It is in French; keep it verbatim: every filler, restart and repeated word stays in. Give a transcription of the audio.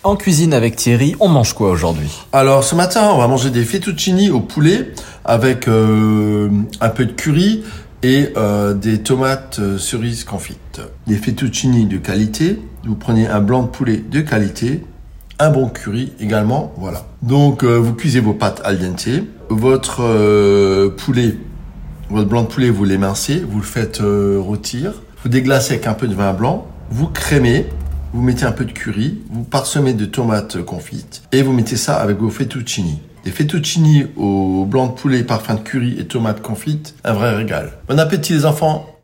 En cuisine avec Thierry, on mange quoi aujourd'hui? Alors ce matin, on va manger des fettuccini au poulet avec euh, un peu de curry et euh, des tomates euh, cerises confites. Des fettuccini de qualité, vous prenez un blanc de poulet de qualité, un bon curry également, voilà. Donc euh, vous cuisez vos pâtes al dente, votre euh, poulet, votre blanc de poulet vous l'émincez, vous le faites euh, rôtir, vous déglacez avec un peu de vin blanc, vous crémez. Vous mettez un peu de curry, vous parsemez de tomates confites et vous mettez ça avec vos fettuccini. Des fettuccini au blanc de poulet, parfum de curry et tomates confites, un vrai régal. Bon appétit les enfants!